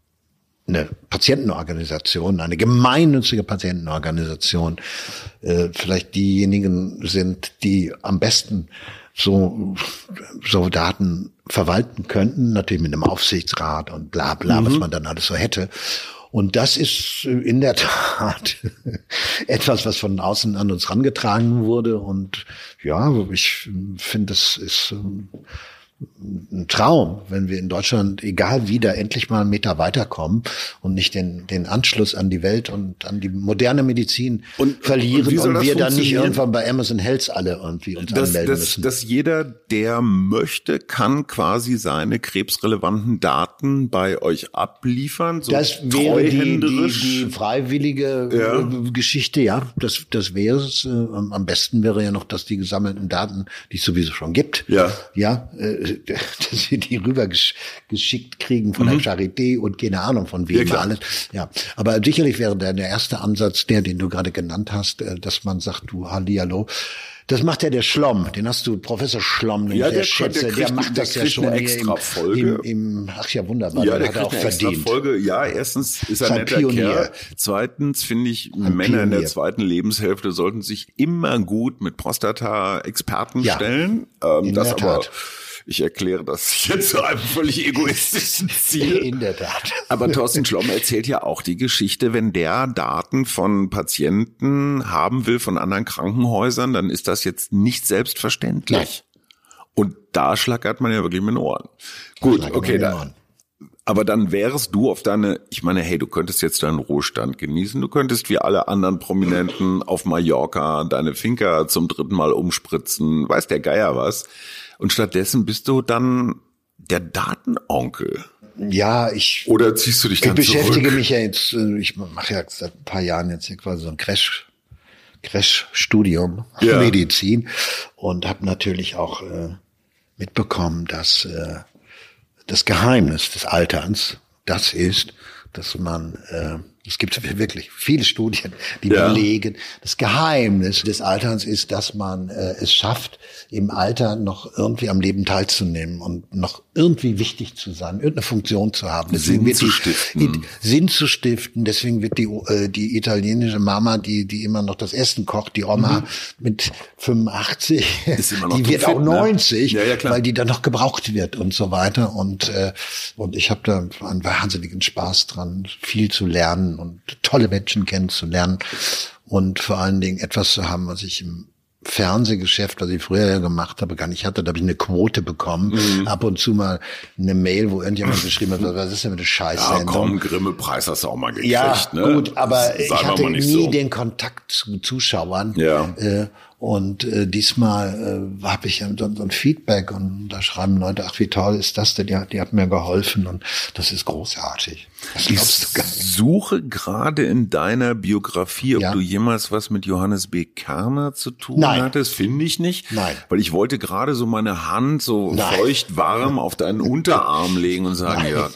eine Patientenorganisation, eine gemeinnützige Patientenorganisation, äh, vielleicht diejenigen sind, die am besten so so Daten verwalten könnten, natürlich mit einem Aufsichtsrat und bla bla, mhm. was man dann alles so hätte. Und das ist in der Tat etwas, was von außen an uns rangetragen wurde. Und ja, ich finde, das ist ein Traum, wenn wir in Deutschland, egal wie, da endlich mal einen Meter weiterkommen und nicht den den Anschluss an die Welt und an die moderne Medizin und, verlieren und, und wir dann nicht irgendwann bei Amazon Health alle irgendwie uns das, anmelden das, müssen. Dass jeder, der möchte, kann quasi seine krebsrelevanten Daten bei euch abliefern. So das wäre die, die, die freiwillige ja. äh, Geschichte, ja. Das, das wäre es. Äh, am besten wäre ja noch, dass die gesammelten Daten, die es sowieso schon gibt, ja, ja, äh, dass wir die rüber gesch- geschickt kriegen von mhm. der Charité und keine Ahnung von wem ja, alles. Ja, aber sicherlich wäre der, der erste Ansatz der, den du gerade genannt hast, äh, dass man sagt, du hallihallo, Das macht ja der Schlomm, den hast du, Professor Schlomm, den ja, ich der, schätze, der, kriegt, der macht der das ja kriegt schon eine hier extra im, Folge. Im, im, ach ja, wunderbar, Ja, der der hat er auch kriegt eine extra verdient. Folge. Ja, erstens ist er ein netter Pionier. Kerl. Zweitens finde ich, Ein Männer in der Pionier. zweiten Lebenshälfte sollten sich immer gut mit Prostata-Experten Ja, stellen. Ähm, in das der aber, Tat. ich erkläre das jetzt zu einem völlig egoistischen Ziel. In der Tat. Aber Thorsten Schlomm erzählt ja auch die Geschichte, wenn der Daten von Patienten haben will, von anderen Krankenhäusern, dann ist das jetzt nicht selbstverständlich. Und da schlackert man ja wirklich mit den Ohren. Gut, Schlackert okay, man mit den da, Ohren. aber dann wärst du auf deine, ich meine, hey, du könntest jetzt deinen Ruhestand genießen, du könntest wie alle anderen Prominenten auf Mallorca deine Finca zum dritten Mal umspritzen, weiß der Geier was. Und stattdessen bist du dann der Datenonkel. Ja, ich, Oder ziehst du dich ich dann beschäftige zurück? mich ja jetzt, äh, ich mache ja seit ein paar Jahren jetzt hier quasi so ein Crash, Crash-Studium Ja. Medizin und habe natürlich auch äh, mitbekommen, dass äh, das Geheimnis des Alterns das ist, dass man, äh, es gibt wirklich viele Studien, die Ja. belegen, das Geheimnis des Alterns ist, dass man äh, es schafft, im Alter noch irgendwie am Leben teilzunehmen und noch irgendwie wichtig zu sein, irgendeine Funktion zu haben. Sinn wird zu die, stiften. Die, Sinn zu stiften. Deswegen wird die äh, die italienische Mama, die die immer noch das Essen kocht, die Oma Mhm. mit fünfundachtzig, Ist immer noch die wird topfit, auch ne? neunzig, Ja, ja, klar. weil die dann noch gebraucht wird und so weiter. Und äh, und ich habe da einen wahnsinnigen Spaß dran, viel zu lernen und tolle Menschen kennenzulernen und vor allen Dingen etwas zu haben, was ich im Fernsehgeschäft, was ich früher ja gemacht habe, gar nicht hatte. Da habe ich eine Quote bekommen. Mhm. Ab und zu mal eine Mail, wo irgendjemand geschrieben hat, was ist denn mit der Ja, Scheißsendung? komm, Grimme-Preis hast du auch mal gekriegt. Ja, ne? gut, aber Sei ich mal hatte mal nicht nie so. den Kontakt zu Zuschauern. Ja. Äh, und äh, diesmal äh, habe ich ja so, so ein Feedback und da schreiben Leute, ach wie toll ist das denn, die, hat- die hat mir geholfen und das ist großartig. Das Ich glaubst du gar nicht. suche gerade in deiner Biografie, ob Ja. du jemals was mit Johannes B. Kerner zu tun Nein. hattest. Finde ich nicht. Nein. Weil ich wollte gerade so meine Hand so Nein. feucht warm auf deinen Unterarm legen und sagen, Nein. Jörg,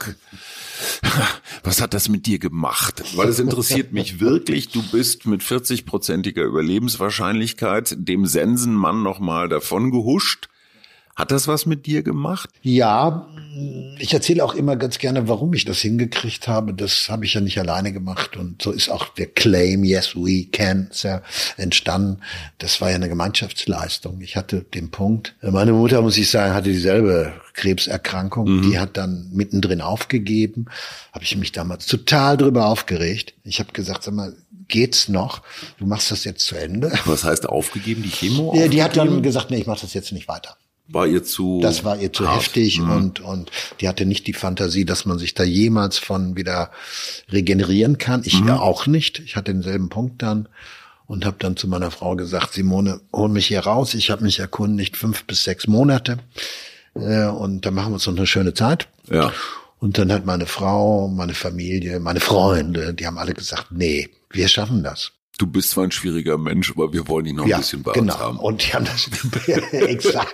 was hat das mit dir gemacht? Weil es interessiert mich wirklich. Du bist mit vierzig-prozentiger Überlebenswahrscheinlichkeit dem Sensenmann nochmal davon gehuscht. Hat das was mit dir gemacht? Ja, ich erzähle auch immer ganz gerne, warum ich das hingekriegt habe. Das habe ich ja nicht alleine gemacht. Und so ist auch der Claim, Yes, we can, ist ja entstanden. Das war ja eine Gemeinschaftsleistung. Ich hatte den Punkt. Meine Mutter, muss ich sagen, hatte dieselbe Krebserkrankung. Die hat dann mittendrin aufgegeben. Habe ich mich damals total drüber aufgeregt. Ich habe gesagt, sag mal, geht's noch? Du machst das jetzt zu Ende. Was heißt aufgegeben? Die Chemo? Ja, die hat dann aufgegeben? gesagt, nee, ich mache das jetzt nicht weiter. War ihr zu Das war ihr zu hart. heftig Mhm. und und die hatte nicht die Fantasie, dass man sich da jemals von wieder regenerieren kann. Ich ja auch nicht. Ich hatte denselben Punkt dann und habe dann zu meiner Frau gesagt, Simone, hol mich hier raus. Ich habe mich erkundigt, fünf bis sechs Monate äh, und dann machen wir uns noch eine schöne Zeit. Ja. Und dann hat meine Frau, meine Familie, meine Freunde, die haben alle gesagt, nee, wir schaffen das. Du bist zwar ein schwieriger Mensch, aber wir wollen dich noch ein bisschen bei genau. uns haben. Und die haben das exakt,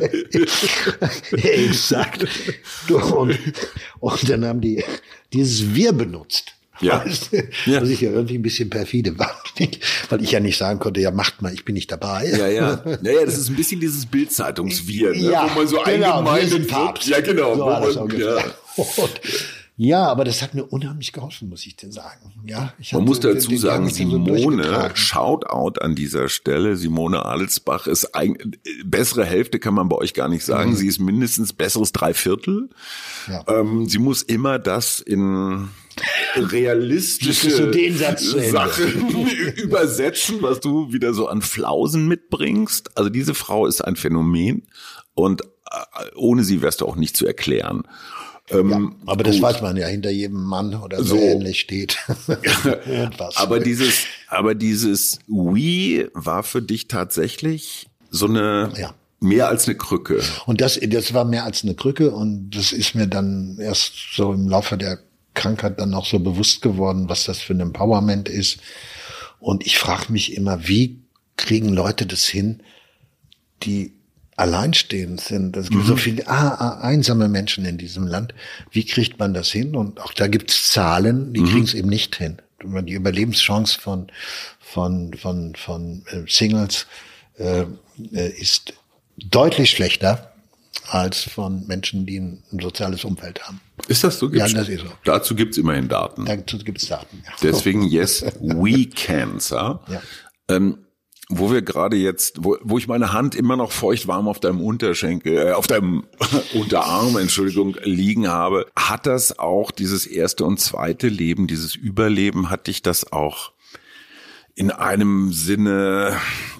exakt. Du, Und, und dann haben die dieses Wir benutzt. Ja. Weißt du? Ja. Was ich ja irgendwie ein bisschen perfide war, weil ich ja nicht sagen konnte, ja macht mal, ich bin nicht dabei. Ja, ja. Naja, das ist ein bisschen dieses Bild-Zeitungs-Wir, ne? Ja, wo man so genau, wir eingemeindet sind wird. Papst. Ja, genau. So wo war das man, ungefähr. ja. Und, ja, aber das hat mir unheimlich geholfen, muss ich dir sagen. Ja, ich Man hatte muss den- dazu den- die haben sagen, mich dann so Simone, durchgetragen. Shoutout an dieser Stelle, Simone Adelsbach ist ein, bessere Hälfte kann man bei euch gar nicht sagen. Sie ist mindestens besseres Dreiviertel. Ja. Ähm, sie muss immer das in realistische So den Satz zu Ende. Sachen übersetzen, was du wieder so an Flausen mitbringst. Also diese Frau ist ein Phänomen und äh, ohne sie wärst du auch nicht zu erklären. Ähm, Ja, aber das gut. weiß man ja, hinter jedem Mann oder so, So. ähnlich steht irgendwas. Aber dieses, aber dieses We war für dich tatsächlich so eine, Ja. mehr als eine Krücke. Und das, das war mehr als eine Krücke und das ist mir dann erst so im Laufe der Krankheit dann auch so bewusst geworden, was das für ein Empowerment ist. Und ich frage mich immer, wie kriegen Leute das hin, die alleinstehend sind? Es gibt Mhm. so viele ah, ah, einsame Menschen in diesem Land. Wie kriegt man das hin? Und auch da gibt's Zahlen, die Mhm. kriegen es eben nicht hin. Die Überlebenschance von von von von äh, Singles äh, ist deutlich schlechter als von Menschen, die ein, ein soziales Umfeld haben. Ist das so? Gibt's, ja, das ist so. Dazu gibt's immerhin Daten. Dazu gibt's Daten, ja. Deswegen Yes, We Cancer. Ja. Ähm, wo wir gerade jetzt, wo, wo ich meine Hand immer noch feucht warm auf deinem Unterschenkel, äh, auf deinem Unterarm, Entschuldigung, liegen habe, hat das auch dieses erste und zweite Leben, dieses Überleben, hat dich das auch in einem Sinne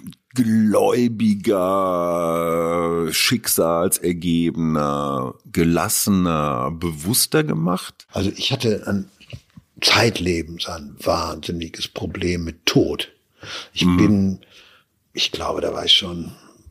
gläubiger, schicksalsergebener, gelassener, bewusster gemacht? Also ich hatte ein zeitlebens ein wahnsinniges Problem mit Tod. Ich mhm. bin, ich glaube, da war ich schon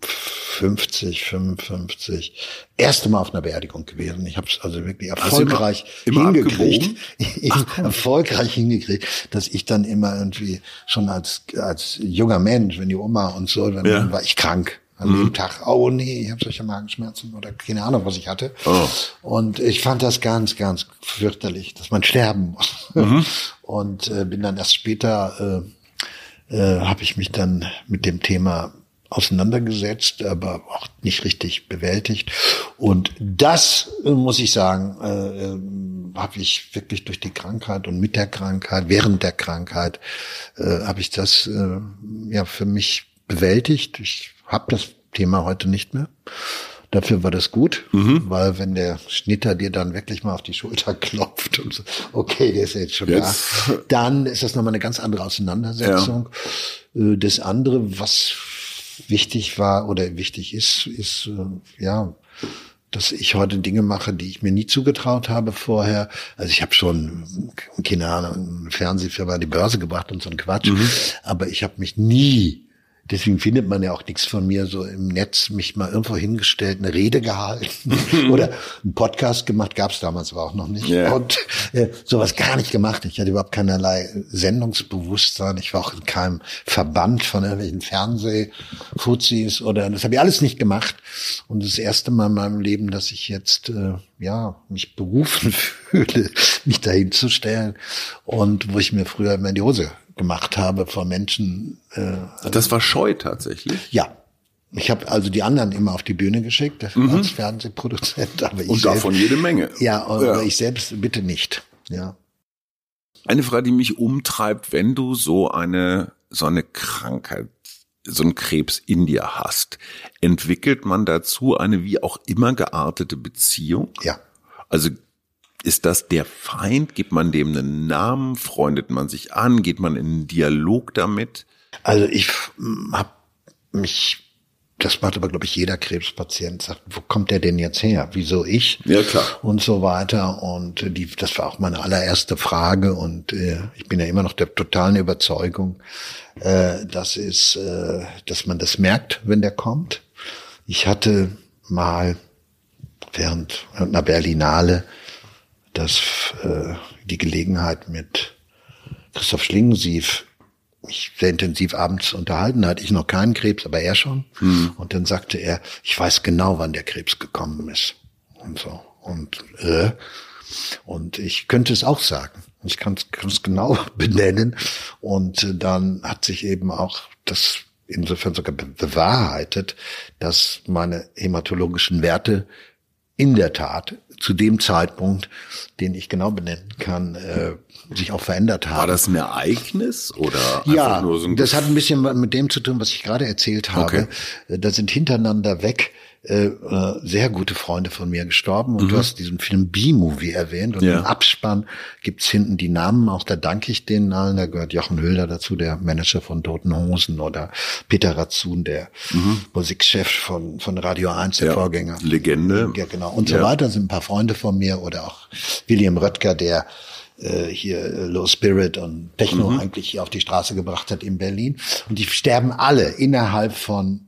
fünfzig, fünfundfünfzig, erste Mal auf einer Beerdigung gewesen. Ich habe es also wirklich erfolgreich immer, immer hingekriegt, Ach, erfolgreich hingekriegt, dass ich dann immer irgendwie schon als als junger Mensch, wenn die Oma und so, dann ja. war ich krank. An mhm. dem Tag, oh nee, ich habe solche Magenschmerzen oder keine Ahnung, was ich hatte. Oh. Und ich fand das ganz, ganz fürchterlich, dass man sterben muss. Mhm. Und äh, bin dann erst später, äh, äh, habe ich mich dann mit dem Thema auseinandergesetzt, aber auch nicht richtig bewältigt. Und das, äh, muss ich sagen, äh, äh, habe ich wirklich durch die Krankheit und mit der Krankheit, während der Krankheit, äh, habe ich das äh, ja für mich bewältigt. Ich habe das Thema heute nicht mehr. Dafür war das gut, mhm. weil wenn der Schnitter dir dann wirklich mal auf die Schulter klopft und so, okay, der ist jetzt schon jetzt. da, dann ist das nochmal eine ganz andere Auseinandersetzung. Ja. Das andere, was wichtig war oder wichtig ist, ist, ja, dass ich heute Dinge mache, die ich mir nie zugetraut habe vorher. Also ich habe schon, keine Ahnung, eine Fernsehfirma an die Börse gebracht und so ein Quatsch, mhm. aber ich habe mich nie, deswegen findet man ja auch nichts von mir so im Netz, mich mal irgendwo hingestellt, eine Rede gehalten oder einen Podcast gemacht, gab es damals aber auch noch nicht. Yeah. Und äh, sowas gar nicht gemacht. Ich hatte überhaupt keinerlei Sendungsbewusstsein. Ich war auch in keinem Verband von irgendwelchen Fernsehfuzis oder das habe ich alles nicht gemacht. Und das erste Mal in meinem Leben, dass ich jetzt äh, ja mich berufen fühle, mich dahin zu stellen und wo ich mir früher immer in die Hose gemacht habe vor Menschen. Äh, das war scheu tatsächlich? Ja. Ich habe also die anderen immer auf die Bühne geschickt, mhm. als Fernsehproduzent. Aber ich Und davon selbst, jede Menge. Ja, aber ja. ich selbst bitte nicht. Ja. Eine Frage, die mich umtreibt, wenn du so eine, so eine Krankheit, so einen Krebs in dir hast, entwickelt man dazu eine wie auch immer geartete Beziehung? Ja. Also ist das der Feind? Gibt man dem einen Namen? Freundet man sich an? Geht man in einen Dialog damit? Also ich habe mich, das macht aber, glaube ich, jeder Krebspatient, sagt, wo kommt der denn jetzt her? Wieso ich? Ja, klar. Und so weiter. Und die, das war auch meine allererste Frage. Und äh, ich bin ja immer noch der totalen Überzeugung, äh, dass, es, äh, dass man das merkt, wenn der kommt. Ich hatte mal während einer Berlinale dass äh, die Gelegenheit mit Christoph Schlingensief mich sehr intensiv abends unterhalten, hatte ich noch keinen Krebs, aber er schon. Mhm. Und dann sagte er, ich weiß genau, wann der Krebs gekommen ist. Und so. Und äh, und ich könnte es auch sagen. Ich kann es genau benennen. Und äh, dann hat sich eben auch das insofern sogar bewahrheitet, dass meine hämatologischen Werte in der Tat zu dem Zeitpunkt, den ich genau benennen kann, äh, sich auch verändert haben. War das ein Ereignis oder einfach ja, nur so ein das hat ein bisschen mit dem zu tun, was ich gerade erzählt habe. Okay. Da sind hintereinander weg äh, sehr gute Freunde von mir gestorben und mhm. du hast diesen Film B-Movie erwähnt und ja. im Abspann gibt's hinten die Namen, auch da danke ich denen allen, da gehört Jochen Hülder dazu, der Manager von Toten Hosen, oder Peter Ratzun, der mhm. Musikchef von von Radio eins, der ja. Vorgänger. Legende. Ja, genau. Und ja. so weiter, sind ein paar Freunde von mir oder auch William Röttger, der äh, hier Low Spirit und Techno mhm. eigentlich hier auf die Straße gebracht hat in Berlin. Und die sterben alle innerhalb von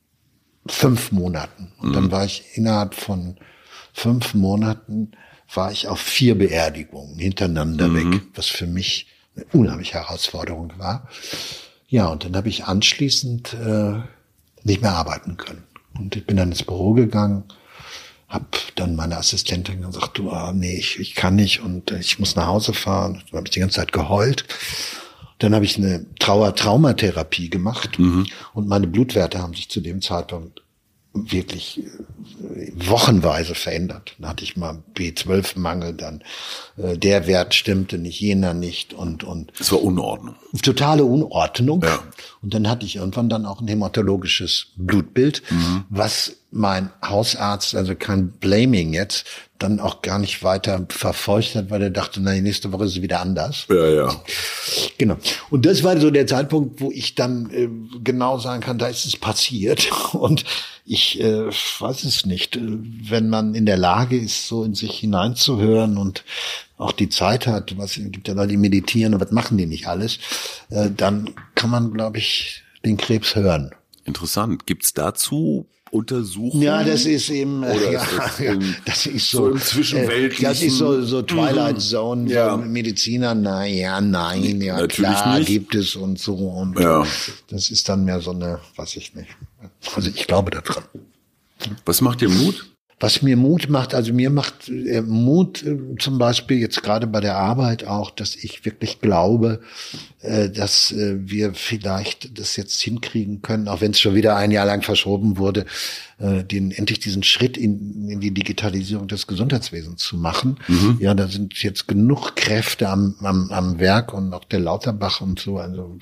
fünf Monaten. Und mhm. dann war ich innerhalb von fünf Monaten war ich auf vier Beerdigungen hintereinander mhm. weg, was für mich eine unheimliche Herausforderung war. Ja, und dann habe ich anschließend äh, nicht mehr arbeiten können. Und ich bin dann ins Büro gegangen, habe dann meine Assistentin gesagt, du, ah, nee, ich, ich kann nicht und äh, ich muss nach Hause fahren. Dann habe ich die ganze Zeit geheult. Dann habe ich eine Trauer-Traumatherapie gemacht mhm. und meine Blutwerte haben sich zu dem Zeitpunkt wirklich wochenweise verändert. Dann hatte ich mal B zwölf Mangel, dann äh, der Wert stimmte nicht, jener nicht und und es war Unordnung. Totale Unordnung. Ja. Und dann hatte ich irgendwann dann auch ein hämatologisches Blutbild, mhm. was mein Hausarzt, also kein Blaming jetzt, dann auch gar nicht weiter verfolgt hat, weil er dachte, na, nächste Woche ist es wieder anders. Ja, ja. Genau. Und das war so der Zeitpunkt, wo ich dann äh, genau sagen kann, da ist es passiert. Und ich äh, weiß es nicht. Wenn man in der Lage ist, so in sich hineinzuhören und auch die Zeit hat, was gibt ja Leute, die meditieren und was machen die nicht alles, äh, dann kann man, glaube ich, den Krebs hören. Interessant. Gibt's dazu Untersuchungen? Ja, das ist eben, Oder ja, ist das, ja, im, das ist so, so im Zwischenweltlichen. Das ist so, so Twilight Zone, ja. so Mediziner, na ja, nein, ja, natürlich klar, nicht. gibt es und so. Und ja. das ist dann mehr so eine, weiß ich nicht. Also ich glaube daran. Was macht dir Mut? Was mir Mut macht, also mir macht äh, Mut äh, zum Beispiel jetzt gerade bei der Arbeit auch, dass ich wirklich glaube, äh, dass äh, wir vielleicht das jetzt hinkriegen können, auch wenn es schon wieder ein Jahr lang verschoben wurde, äh, den endlich diesen Schritt in, in die Digitalisierung des Gesundheitswesens zu machen. Mhm. Ja, da sind jetzt genug Kräfte am, am, am Werk und auch der Lauterbach und so, also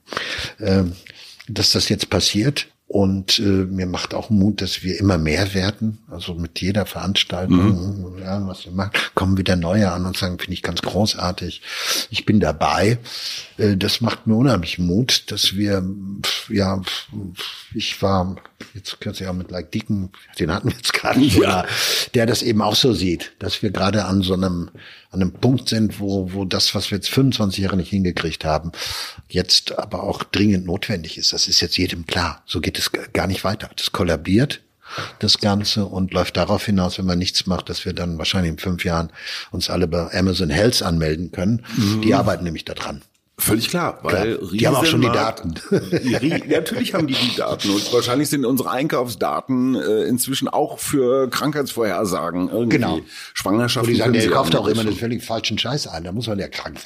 äh, dass das jetzt passiert. Und äh, mir macht auch Mut, dass wir immer mehr werden. Also mit jeder Veranstaltung, mhm. ja, was wir machen, kommen wieder neue an und sagen, finde ich ganz großartig. Ich bin dabei. Äh, das macht mir unheimlich Mut, dass wir, ja, ich war jetzt kürzlich auch mit Like Deacon, den hatten wir jetzt gerade nicht, ja. der das eben auch so sieht, dass wir gerade an so einem an einem Punkt sind, wo wo das, was wir jetzt fünfundzwanzig Jahre nicht hingekriegt haben, jetzt aber auch dringend notwendig ist. Das ist jetzt jedem klar. So geht es gar nicht weiter. Das kollabiert, das Ganze, und läuft darauf hinaus, wenn man nichts macht, dass wir dann wahrscheinlich in fünf Jahren uns alle bei Amazon Health anmelden können. Mhm. Die arbeiten nämlich daran. Völlig klar, weil klar. Die haben auch schon die Daten. Natürlich haben die die Daten, und wahrscheinlich sind unsere Einkaufsdaten äh, inzwischen auch für Krankheitsvorhersagen irgendwie. Genau. Schwangerschaften. Wo die sagen, der kauft auch immer den völlig falschen Scheiß ein, da muss man ja krank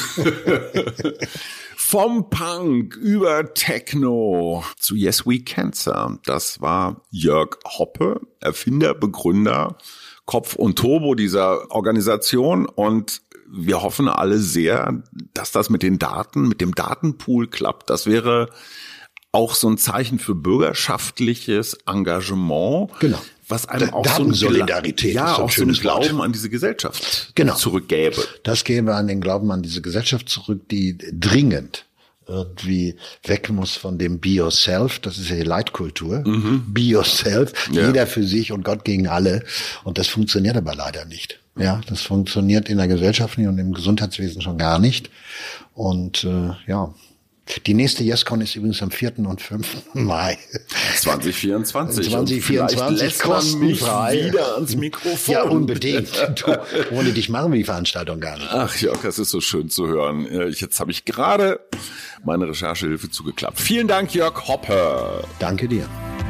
werden. Vom Punk über Techno zu Yes We Cancer. Das war Jörg Hoppe, Erfinder, Begründer, Kopf und Turbo dieser Organisation, und wir hoffen alle sehr, dass das mit den Daten, mit dem Datenpool klappt. Das wäre auch so ein Zeichen für bürgerschaftliches Engagement. Genau. Was einem auch Datensolidarität so ein, ja, ist so ein auch so einen schönes Wort. Glauben an diese Gesellschaft genau. zurückgäbe. Das gäbe an den Glauben an diese Gesellschaft zurück, die dringend irgendwie weg muss von dem Be Yourself, das ist ja die Leitkultur. Mhm. Be Yourself, ja. Jeder für sich und Gott gegen alle. Und das funktioniert aber leider nicht. Ja, das funktioniert in der Gesellschaft nicht und im Gesundheitswesen schon gar nicht. Und äh, ja, die nächste YesCon ist übrigens am vierten und fünften Mai. zwanzig vierundzwanzig. zwanzig vierundzwanzig, kostenfrei. Wieder ans Mikrofon. Ja, unbedingt. Du, ohne dich machen wir die Veranstaltung gar nicht. Ach ja, das ist so schön zu hören. Jetzt habe ich gerade meine Recherchehilfe zugeklappt. Vielen Dank, Jörg Hoppe. Danke dir.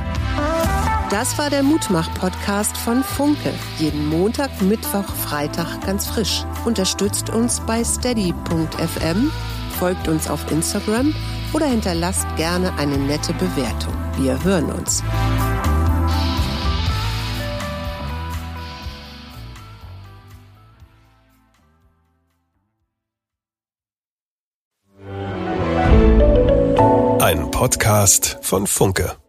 Das war der Mutmach-Podcast von Funke. Jeden Montag, Mittwoch, Freitag ganz frisch. Unterstützt uns bei steady punkt f m, folgt uns auf Instagram oder hinterlasst gerne eine nette Bewertung. Wir hören uns. Ein Podcast von Funke.